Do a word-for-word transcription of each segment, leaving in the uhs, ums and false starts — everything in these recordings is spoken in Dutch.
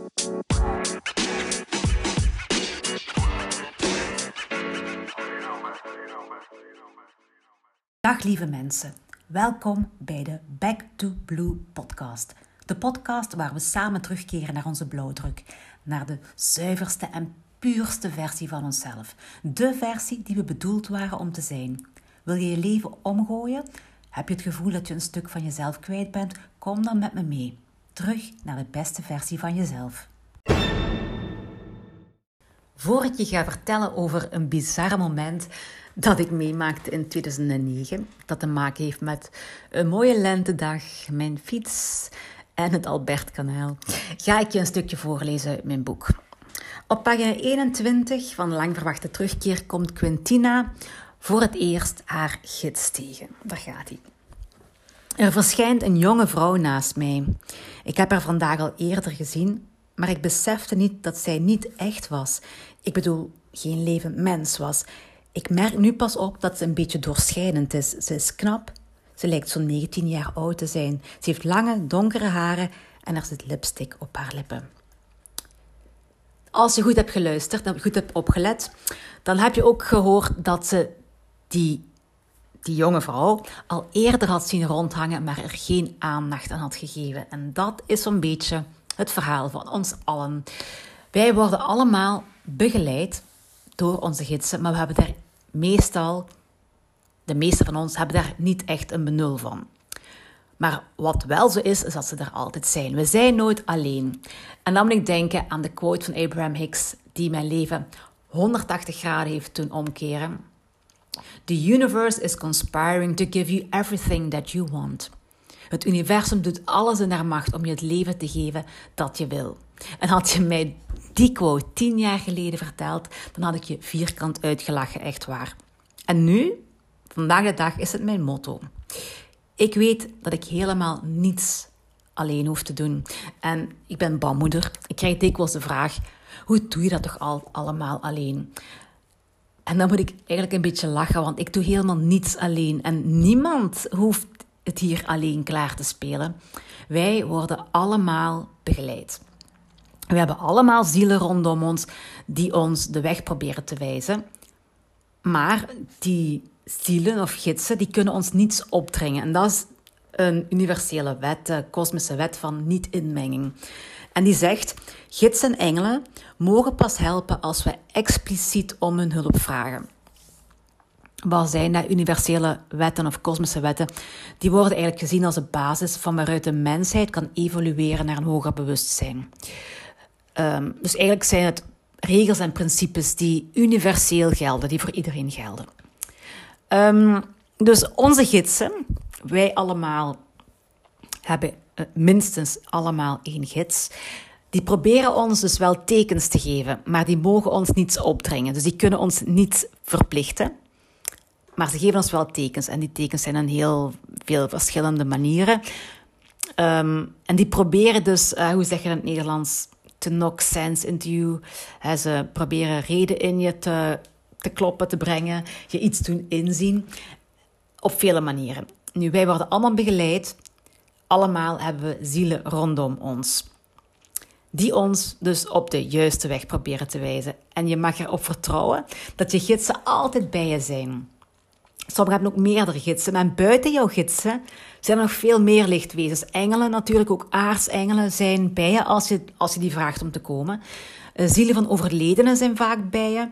Dag lieve mensen, welkom bij de Back to Blue podcast. De podcast waar we samen terugkeren naar onze blauwdruk, naar de zuiverste en puurste versie van onszelf. De versie die we bedoeld waren om te zijn. Wil je je leven omgooien? Heb je het gevoel dat je een stuk van jezelf kwijt bent? Kom dan met me mee. Terug naar de beste versie van jezelf. Voor ik je ga vertellen over een bizar moment dat ik meemaakte in tweeduizend negen, dat te maken heeft met een mooie lentedag, mijn fiets en het Albertkanaal, ga ik je een stukje voorlezen uit mijn boek. Op pagina eenentwintig van Lang verwachte terugkeer komt Quintina voor het eerst haar gids tegen. Daar gaat hij. Er verschijnt een jonge vrouw naast mij. Ik heb haar vandaag al eerder gezien, maar ik besefte niet dat zij niet echt was. Ik bedoel, geen levend mens was. Ik merk nu pas op dat ze een beetje doorschijnend is. Ze is knap. Ze lijkt zo'n negentien jaar oud te zijn. Ze heeft lange, donkere haren en er zit lipstick op haar lippen. Als je goed hebt geluisterd en goed hebt opgelet, dan heb je ook gehoord dat ze die, die jonge vrouw al eerder had zien rondhangen, maar er geen aandacht aan had gegeven. En dat is zo'n beetje het verhaal van ons allen. Wij worden allemaal begeleid door onze gidsen, maar we hebben daar meestal, de meeste van ons hebben daar niet echt een benul van. Maar wat wel zo is, is dat ze er altijd zijn. We zijn nooit alleen. En dan moet ik denken aan de quote van Abraham Hicks, die mijn leven honderdtachtig graden heeft doen omkeren. The universe is conspiring to give you everything that you want. Het universum doet alles in haar macht om je het leven te geven dat je wil. En had je mij die quote tien jaar geleden verteld, dan had ik je vierkant uitgelachen, echt waar. En nu, vandaag de dag, is het mijn motto. Ik weet dat ik helemaal niets alleen hoef te doen. En ik ben baarmoeder. Ik krijg dikwijls de vraag, hoe doe je dat toch al allemaal alleen? En dan moet ik eigenlijk een beetje lachen, want ik doe helemaal niets alleen. En niemand hoeft het hier alleen klaar te spelen. Wij worden allemaal begeleid. We hebben allemaal zielen rondom ons die ons de weg proberen te wijzen. Maar die zielen of gidsen, die kunnen ons niets opdringen. En dat is een universele wet, de kosmische wet van niet-inmenging. En die zegt, gidsen en engelen mogen pas helpen als we expliciet om hun hulp vragen. Wat zijn dat universele wetten of kosmische wetten? Die worden eigenlijk gezien als de basis van waaruit de mensheid kan evolueren naar een hoger bewustzijn. Um, dus eigenlijk zijn het regels en principes die universeel gelden, die voor iedereen gelden. Um, dus onze gidsen, wij allemaal hebben uh, minstens allemaal één gids. Die proberen ons dus wel tekens te geven, maar die mogen ons niets opdringen. Dus die kunnen ons niet verplichten. Maar ze geven ons wel tekens. En die tekens zijn in heel veel verschillende manieren. Um, en die proberen dus, uh, hoe zeg je dat in het Nederlands, to knock sense into you. Uh, ze proberen reden in je te, te kloppen, te brengen. Je iets doen inzien. Op vele manieren. Nu, wij worden allemaal begeleid. Allemaal hebben we zielen rondom ons. Die ons dus op de juiste weg proberen te wijzen. En je mag erop vertrouwen dat je gidsen altijd bij je zijn. Sommigen hebben ook meerdere gidsen. En buiten jouw gidsen zijn er nog veel meer lichtwezens. Engelen natuurlijk, ook aartsengelen zijn bij je als je, als je die vraagt om te komen. Uh, zielen van overledenen zijn vaak bij je.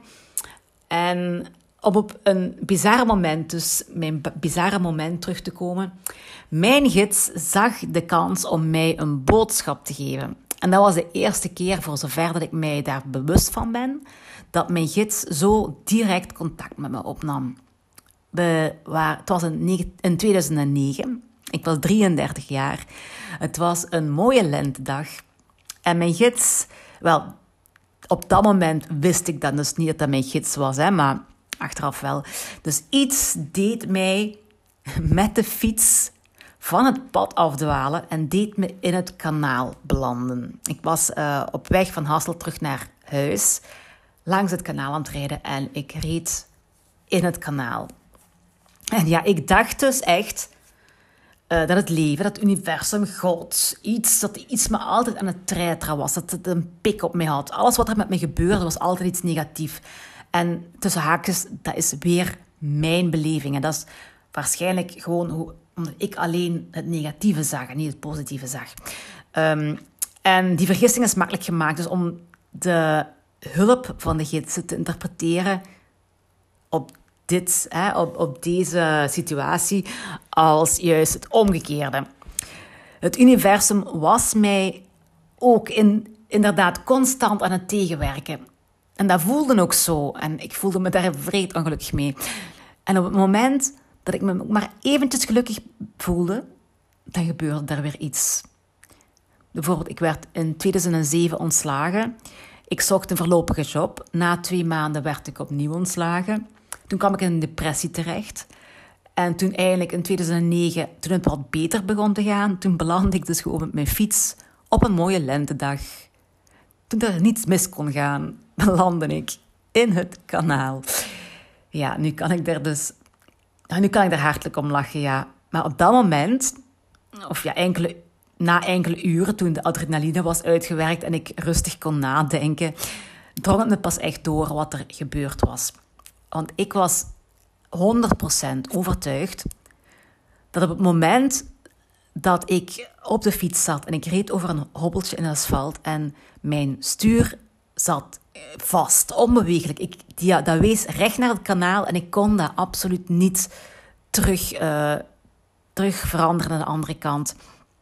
En om op een bizarre moment, dus mijn bizarre moment terug te komen. Mijn gids zag de kans om mij een boodschap te geven. En dat was de eerste keer, voor zover dat ik mij daar bewust van ben, dat mijn gids zo direct contact met me opnam. We waren, het was in, in tweeduizend negen. Ik was drieëndertig jaar. Het was een mooie lentedag. En mijn gids, wel, op dat moment wist ik dan dus niet dat dat mijn gids was, hè, maar achteraf wel. Dus iets deed mij met de fiets van het pad afdwalen en deed me in het kanaal belanden. Ik was uh, op weg van Hasselt terug naar huis, langs het kanaal aan het rijden en ik reed in het kanaal. En ja, ik dacht dus echt, Uh, dat het leven, dat het universum, God, iets, dat iets me altijd aan het treiteren was. Dat het een pik op mij had. Alles wat er met me gebeurde was altijd iets negatiefs. En tussen haakjes, dat is weer mijn beleving. En dat is waarschijnlijk gewoon hoe, omdat ik alleen het negatieve zag en niet het positieve zag. Um, en die vergissing is makkelijk gemaakt. Dus om de hulp van de gidsen te interpreteren op dit, hè, op, op deze situatie als juist het omgekeerde. Het universum was mij ook in, inderdaad constant aan het tegenwerken. En dat voelde ook zo. En ik voelde me daar vreed ongelukkig mee. En op het moment dat ik me maar eventjes gelukkig voelde, dan gebeurde er weer iets. Bijvoorbeeld, ik werd in tweeduizend zeven ontslagen. Ik zocht een voorlopige job. Na twee maanden werd ik opnieuw ontslagen. Toen kwam ik in een depressie terecht. En toen eigenlijk in tweeduizend negen, toen het wat beter begon te gaan, toen belandde ik dus gewoon met mijn fiets op een mooie lentedag. Toen er niets mis kon gaan, belandde ik in het kanaal. Ja, nu kan ik daar dus... Nu kan ik daar hartelijk om lachen, ja. Maar op dat moment, of ja, enkele, na enkele uren, toen de adrenaline was uitgewerkt en ik rustig kon nadenken, drong het me pas echt door wat er gebeurd was. Want ik was honderd procent overtuigd dat op het moment dat ik op de fiets zat en ik reed over een hobbeltje in het asfalt en mijn stuur zat vast, onbeweeglijk. Ik, die, dat wees recht naar het kanaal en ik kon dat absoluut niet terug, uh, terug veranderen naar de andere kant.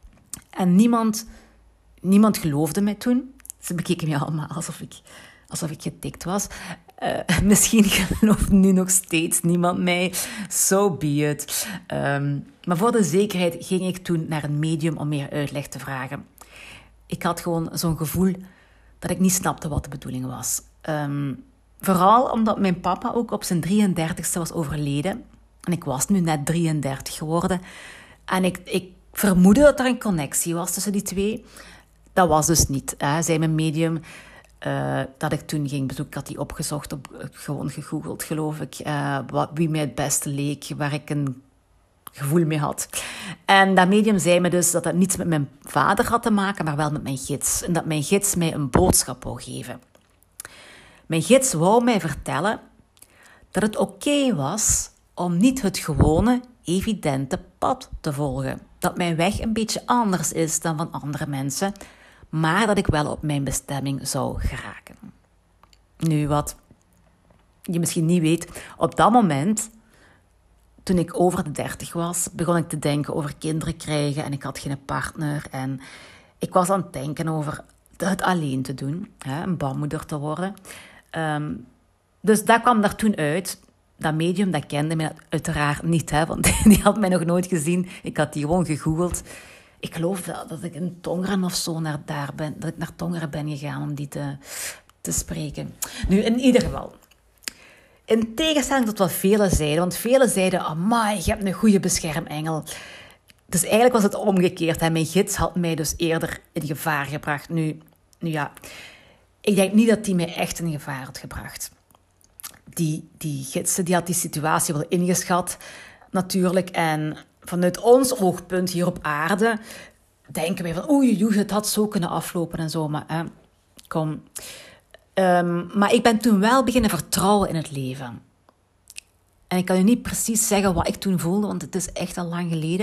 En niemand, niemand geloofde mij toen. Ze bekeken me allemaal alsof ik, alsof ik getikt was. Uh, misschien gelooft nu nog steeds niemand mij. So be it. Um, maar voor de zekerheid ging ik toen naar een medium om meer uitleg te vragen. Ik had gewoon zo'n gevoel dat ik niet snapte wat de bedoeling was. Um, vooral omdat mijn papa ook op zijn drieëndertigste was overleden. En ik was nu net drieëndertig geworden. En ik, ik vermoedde dat er een connectie was tussen die twee. Dat was dus niet. Hè. Zei mijn medium uh, dat ik toen ging bezoeken. Ik had die opgezocht, op, gewoon gegoogeld geloof ik. Uh, wat, wie mij het beste leek, waar ik een gevoel mee had. En dat medium zei me dus dat het niets met mijn vader had te maken, maar wel met mijn gids. En dat mijn gids mij een boodschap wou geven. Mijn gids wou mij vertellen dat het oké was om niet het gewone, evidente pad te volgen. Dat mijn weg een beetje anders is dan van andere mensen, maar dat ik wel op mijn bestemming zou geraken. Nu, wat je misschien niet weet, op dat moment, toen ik over de dertig was, begon ik te denken over kinderen krijgen en ik had geen partner. En ik was aan het denken over het alleen te doen, hè, een baarmoeder te worden. Um, dus dat kwam daar toen uit. Dat medium, dat kende mij uiteraard niet, hè, want die had mij nog nooit gezien. Ik had die gewoon gegoogeld. Ik geloof dat, dat ik in Tongeren of zo naar daar ben, dat ik naar Tongeren ben gegaan om die te, te spreken. Nu, in ieder geval. In tegenstelling tot wat velen zeiden, want velen zeiden, amai, je hebt een goede beschermengel. Dus eigenlijk was het omgekeerd. Hè. Mijn gids had mij dus eerder in gevaar gebracht. Nu, nu ja, ik denk niet dat die mij echt in gevaar had gebracht. Die, die gidsen, die had die situatie wel ingeschat, natuurlijk. En vanuit ons oogpunt hier op aarde denken wij van, oei, oei, het had zo kunnen aflopen en zo. Maar eh, kom... Um, maar ik ben toen wel beginnen vertrouwen in het leven. En ik kan u niet precies zeggen wat ik toen voelde, want het is echt al lang geleden.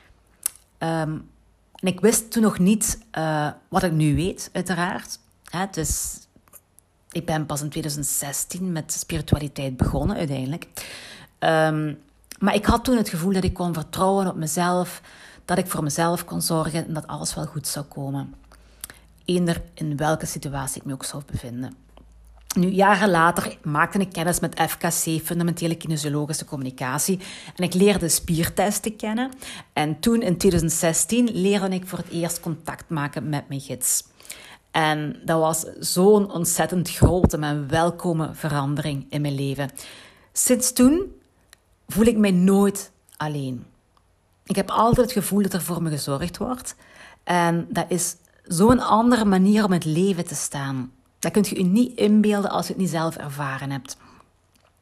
Um, en ik wist toen nog niet uh, wat ik nu weet, uiteraard. Hè, dus ik ben pas in tweeduizend zestien met spiritualiteit begonnen, uiteindelijk. Um, maar ik had toen het gevoel dat ik kon vertrouwen op mezelf, dat ik voor mezelf kon zorgen en dat alles wel goed zou komen. Eender in welke situatie ik me ook zou bevinden. Nu, jaren later maakte ik kennis met F K C, fundamentele kinesiologische communicatie. En ik leerde spiertesten kennen. En toen, in tweeduizend zestien, leerde ik voor het eerst contact maken met mijn gids. En dat was zo'n ontzettend grote en welkome verandering in mijn leven. Sinds toen voel ik mij nooit alleen. Ik heb altijd het gevoel dat er voor me gezorgd wordt. En dat is zo'n andere manier om het leven te staan. Dat kunt je je niet inbeelden als je het niet zelf ervaren hebt.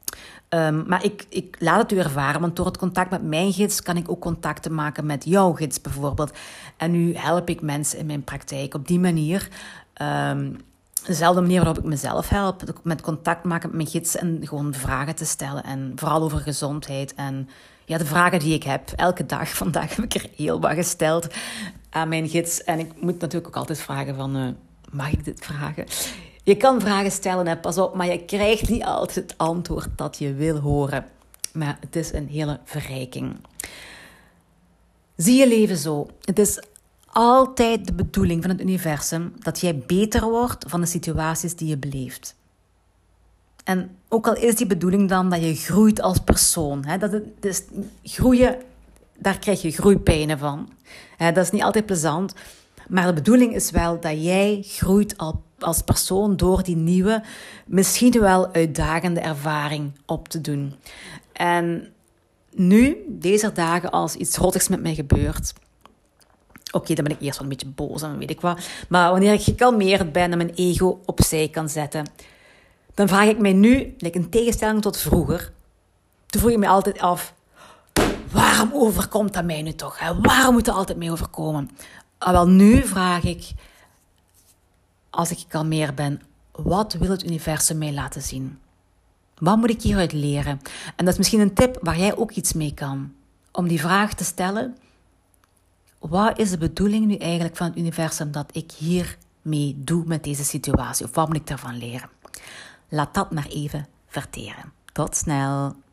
Um, maar ik, ik laat het u ervaren, want door het contact met mijn gids kan ik ook contacten maken met jouw gids bijvoorbeeld. En nu help ik mensen in mijn praktijk op die manier. Um, dezelfde manier waarop ik mezelf help, met contact maken met mijn gids en gewoon vragen te stellen. En vooral over gezondheid en ja, de vragen die ik heb. Elke dag, vandaag heb ik er heel wat gesteld aan mijn gids. En ik moet natuurlijk ook altijd vragen van, uh, mag ik dit vragen? Je kan vragen stellen, hè, pas op, maar je krijgt niet altijd het antwoord dat je wil horen. Maar het is een hele verrijking. Zie je leven zo. Het is altijd de bedoeling van het universum dat jij beter wordt van de situaties die je beleeft. En ook al is die bedoeling dan dat je groeit als persoon. Hè, dat het, dus groeien, daar krijg je groeipijnen van. Hè, dat is niet altijd plezant. Maar de bedoeling is wel dat jij groeit als persoon door die nieuwe, misschien wel uitdagende ervaring op te doen. En nu, deze dagen, als iets rottigs met mij gebeurt. Oké, okay, dan ben ik eerst wel een beetje boos en weet ik wat. Maar wanneer ik gekalmeerd ben en mijn ego opzij kan zetten, dan vraag ik mij nu, in tegenstelling tot vroeger, toen vroeg ik me altijd af, waarom overkomt dat mij nu toch? Hè? Waarom moet dat altijd mij overkomen? Ah, wel, nu vraag ik, als ik gekalmeerd ben, wat wil het universum mij laten zien? Wat moet ik hieruit leren? En dat is misschien een tip waar jij ook iets mee kan. Om die vraag te stellen, wat is de bedoeling nu eigenlijk van het universum dat ik hiermee doe met deze situatie? Of wat moet ik daarvan leren? Laat dat maar even verteren. Tot snel!